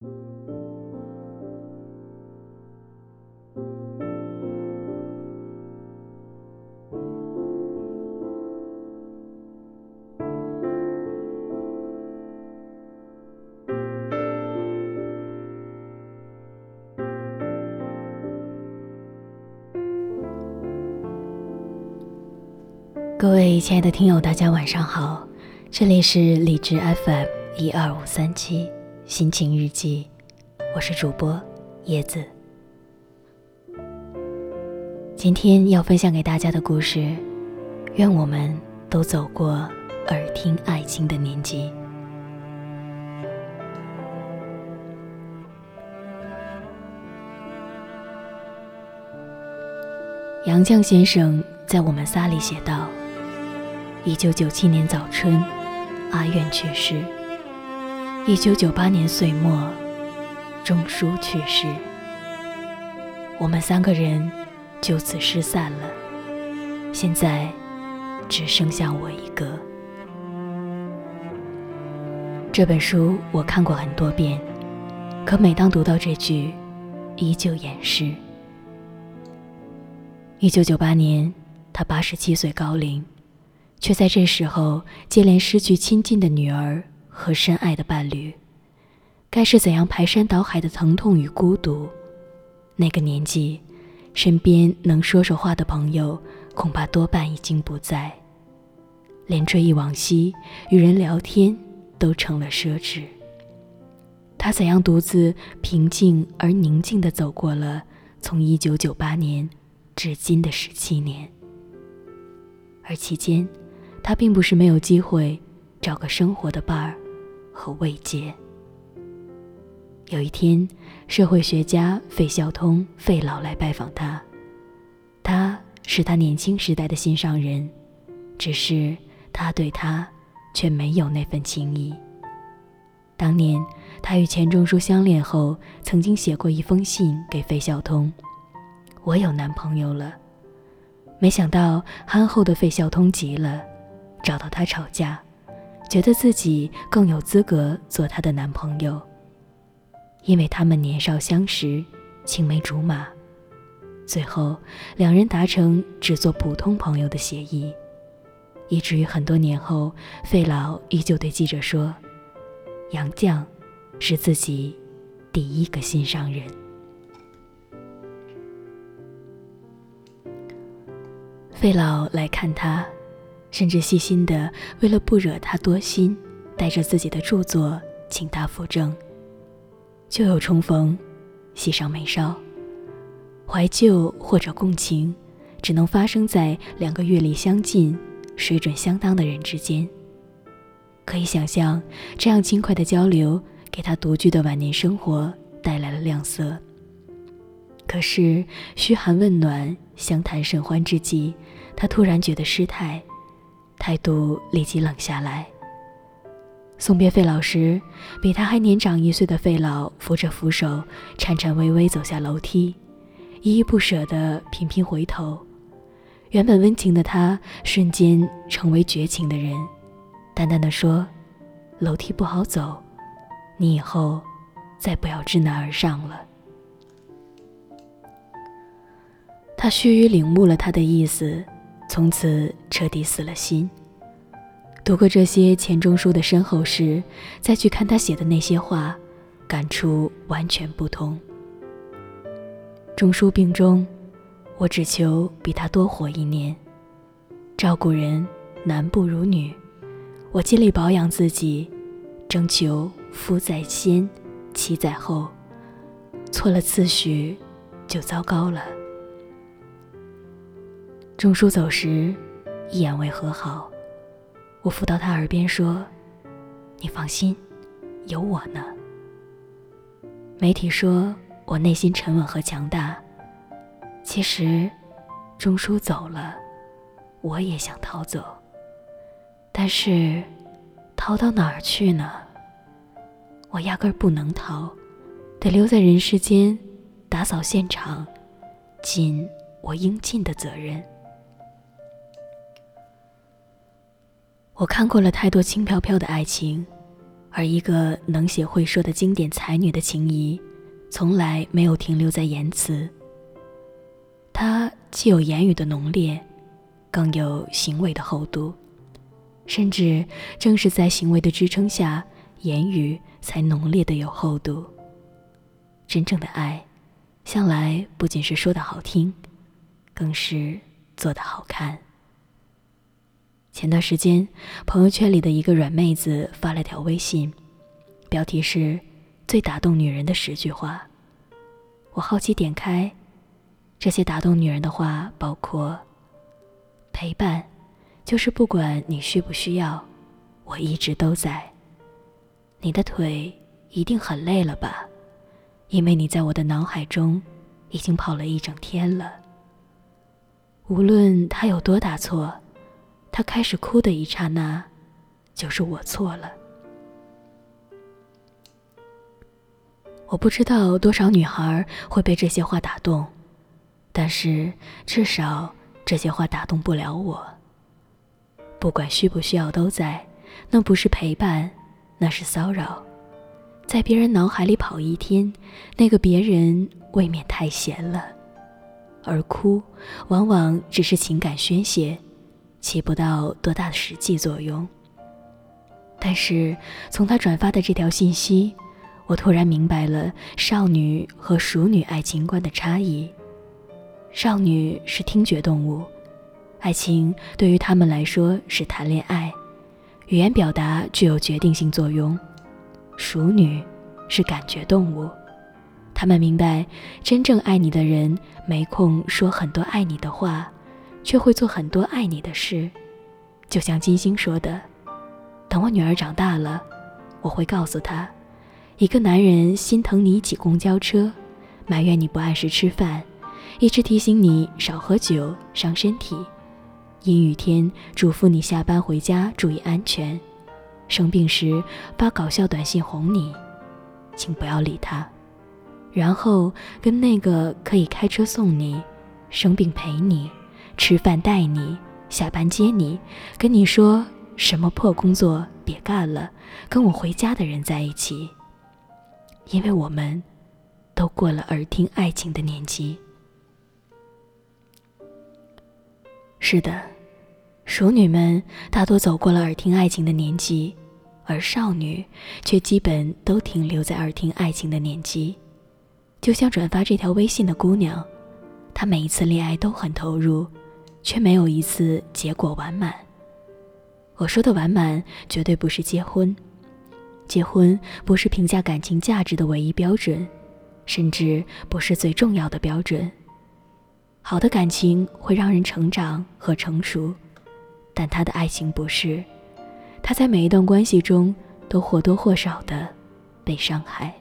各位亲爱的听友，大家晚上好，这里是荔枝 FM12537心情日记，我是主播叶子。今天要分享给大家的故事，愿我们都走过耳听爱情的年纪。杨绛先生在我们仨里写道，1997年早春，阿苑去世；1998年岁末，钟书去世。我们3个人就此失散了，现在只剩下我一个。这本书我看过很多遍，可每当读到这句，依旧掩饰。1998年，他87岁高龄，却在这时候接连失去亲近的女儿和深爱的伴侣，该是怎样排山倒海的疼痛与孤独？那个年纪，身边能说说话的朋友恐怕多半已经不在，连追忆往昔、与人聊天都成了奢侈。他怎样独自平静而宁静地走过了从1998年至今的17年，而期间他并不是没有机会找个生活的伴儿和慰藉。有一天，社会学家费孝通费老来拜访他，他是他年轻时代的心上人，只是他对他却没有那份情谊。当年他与钱钟书相恋后，曾经写过一封信给费孝通，我有男朋友了。没想到憨厚的费孝通急了，找到他吵架，觉得自己更有资格做他的男朋友。因为他们年少相识，青梅竹马，最后两人达成只做普通朋友的协议，以至于很多年后，费老依旧对记者说，杨绛是自己第一个心上人。费老来看他，甚至细心地为了不惹他多心，带着自己的著作请他扶正。旧友重逢，喜上眉梢。怀旧或者共情，只能发生在2个阅历相近、水准相当的人之间。可以想象，这样轻快的交流给他独居的晚年生活带来了亮色。可是嘘寒问暖、相谈甚欢之际，他突然觉得失态，态度立即冷下来。送别费老时，比他还年长1岁的费老扶着扶手，颤颤巍巍走下楼梯，依依不舍地频频回头。原本温情的他，瞬间成为绝情的人，淡淡地说，楼梯不好走，你以后再不要知难而上了。他须臾领悟了他的意思，从此彻底死了心。读过这些钱钟书的身后事，再去看他写的那些话，感触完全不同。钟书病中，我只求比他多活1年。照顾人男不如女，我尽力保养自己，征求夫在先，妻在后，错了次序就糟糕了。钟书走时，一眼未和好，我附到他耳边说，你放心，有我呢。媒体说我内心沉稳和强大，其实钟书走了，我也想逃走，但是逃到哪儿去呢？我压根儿不能逃，得留在人世间打扫现场，尽我应尽的责任。我看过了太多轻飘飘的爱情， 而一个能写会说的经典才女的情谊，从来没有停留在言辞。她既有言语的浓烈，更有行为的厚度，甚至正是在行为的支撑下，言语才浓烈的有厚度。真正的爱，向来不仅是说的好听，更是做得好看。前段时间，朋友圈里的一个软妹子发了条微信，标题是最打动女人的10句话。我好奇点开，这些打动女人的话包括：陪伴，就是不管你需不需要，我一直都在。你的腿一定很累了吧，因为你在我的脑海中已经跑了一整天了。无论他有多大错，他开始哭的一刹那，就是我错了。我不知道多少女孩会被这些话打动，但是至少这些话打动不了我。不管需不需要都在，那不是陪伴，那是骚扰。在别人脑海里跑一天，那个别人未免太闲了。而哭往往只是情感宣泄，起不到多大的实际作用。但是从他转发的这条信息，我突然明白了少女和熟女爱情观的差异。少女是听觉动物，爱情对于她们来说是谈恋爱，语言表达具有决定性作用。熟女是感觉动物，她们明白真正爱你的人没空说很多爱你的话，却会做很多爱你的事。就像金星说的，等我女儿长大了，我会告诉她，一个男人心疼你挤公交车，埋怨你不按时吃饭，一直提醒你少喝酒伤身体，阴雨天嘱咐你下班回家注意安全，生病时发搞笑短信哄你，请不要理他。然后跟那个可以开车送你，生病陪你，吃饭带你，下班接你，跟你说什么破工作别干了，跟我回家的人在一起。因为我们都过了耳听爱情的年纪。是的，熟女们大多走过了耳听爱情的年纪，而少女却基本都停留在耳听爱情的年纪。就像转发这条微信的姑娘，她每一次恋爱都很投入，却没有一次结果完满。我说的完满绝对不是结婚，结婚不是评价感情价值的唯一标准，甚至不是最重要的标准。好的感情会让人成长和成熟，但他的爱情不是，他在每一段关系中都或多或少的被伤害。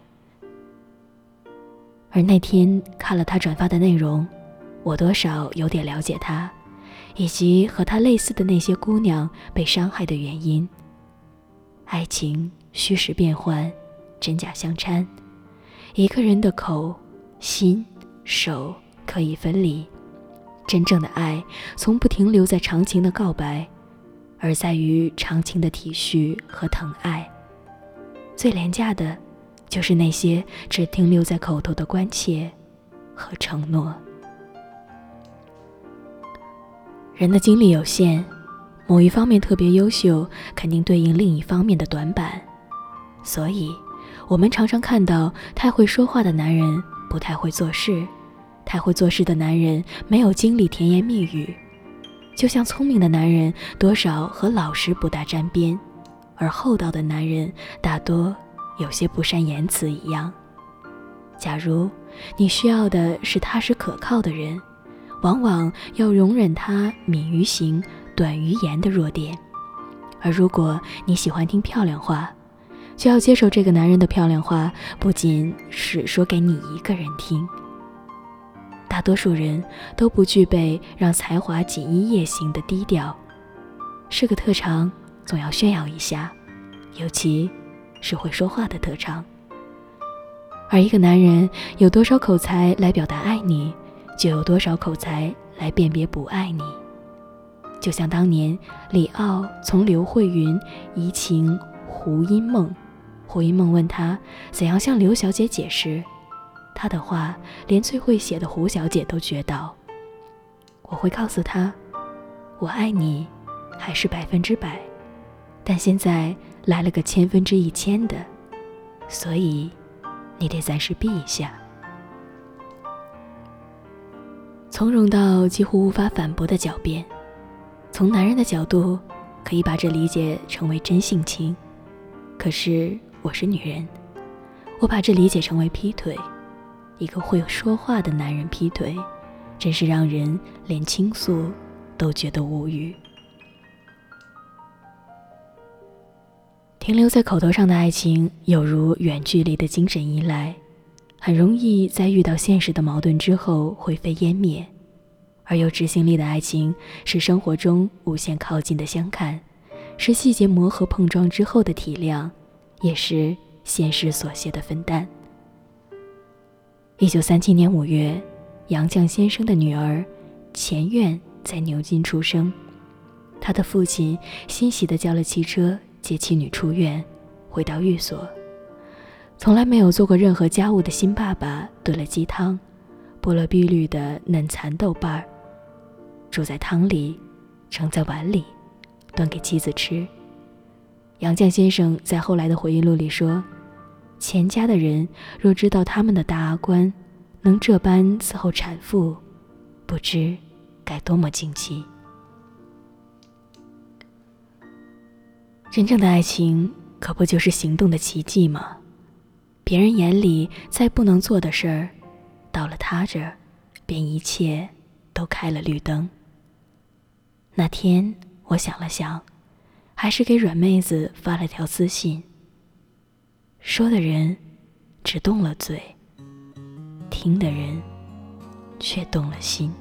而那天看了他转发的内容，我多少有点了解他，以及和他类似的那些姑娘被伤害的原因。爱情虚实变换，真假相掺，一个人的口、心、手可以分离。真正的爱从不停留在长情的告白，而在于长情的体恤和疼爱。最廉价的就是那些只停留在口头的关切和承诺。人的精力有限，某一方面特别优秀，肯定对应另一方面的短板。所以我们常常看到太会说话的男人不太会做事，太会做事的男人没有精力甜言蜜语。就像聪明的男人多少和老实不大沾边，而厚道的男人大多有些不善言辞一样。假如你需要的是踏实可靠的人，往往要容忍他敏于行短于言的弱点。而如果你喜欢听漂亮话，就要接受这个男人的漂亮话不仅是说给你一个人听。大多数人都不具备让才华锦衣夜行的低调，是个特长总要炫耀一下，尤其是会说话的特长。而一个男人有多少口才来表达爱你，就有多少口才来辨别不爱你。就像当年李奥从刘慧云移情胡因梦， 胡因梦问他怎样向刘小姐解释，他的话连最会写的胡小姐都觉到。我会告诉他，我爱你还是100%，但现在来了个1000%的，所以你得暂时避一下。从容到几乎无法反驳的狡辩，从男人的角度可以把这理解成为真性情，可是我是女人，我把这理解成为劈腿。一个会说话的男人劈腿，真是让人连倾诉都觉得无语。停留在口头上的爱情，有如远距离的精神依赖，很容易在遇到现实的矛盾之后灰飞烟灭。而有执行力的爱情，是生活中无限靠近的相看，是细节磨合碰撞之后的体谅，也是现实所写的分担。1937年5月，杨绛先生的女儿钱院在牛津出生，他的父亲欣喜地叫了汽车接妻女出院，回到寓所。从来没有做过任何家务的新爸爸炖了鸡汤，剥了碧绿的嫩蚕豆瓣，煮在汤里，盛在碗里，端给妻子吃。杨绛先生在后来的回忆录里说，钱家的人若知道他们的大阿官能这般伺候产妇，不知该多么惊奇。真正的爱情可不就是行动的奇迹吗？别人眼里再不能做的事儿，到了他这儿便一切都开了绿灯。那天我想了想，还是给软妹子发了条私信，说的人只动了嘴，听的人却动了心。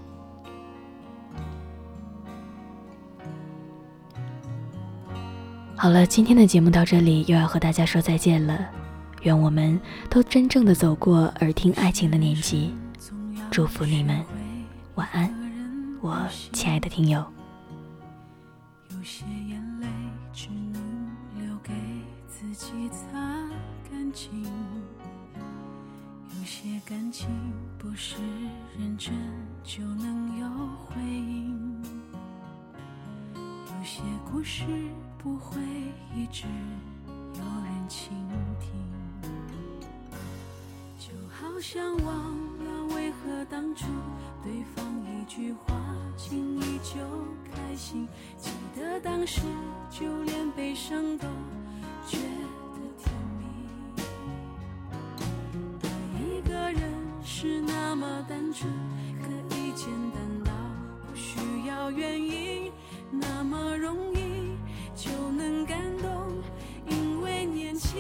好了，今天的节目到这里又要和大家说再见了。愿我们都真正的走过耳听爱情的年纪，祝福你们，晚安，我亲爱的听友。 有些眼泪只能留给自己擦干净，有些感情不是认真就能有回应，有些故事不会一直有人倾听，就好像忘了为何当初对方一句话轻易就开心，记得当时就连悲伤都觉得甜蜜。爱一个人是那么单纯，可以简单到不需要原因，那么容易就能感动，因为年轻。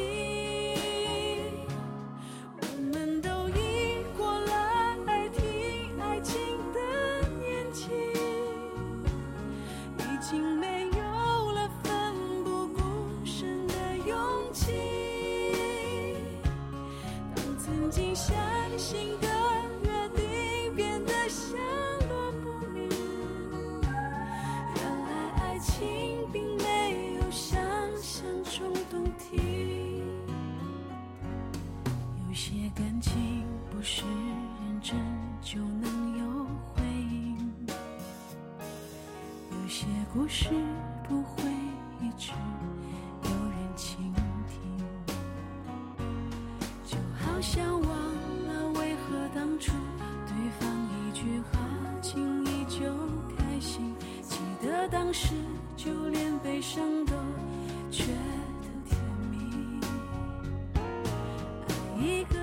我们都已过了爱听爱情的年纪，已经没有了奋不顾身的勇气。当曾经相信的约定变得下落不明，原来爱情并没有想象中动听。有些感情不是认真就能有回应，有些故事不会一直有人倾听，就好像忘了为何当初对方一句话轻易就开心，记得当时就连悲伤都觉得甜蜜。爱一个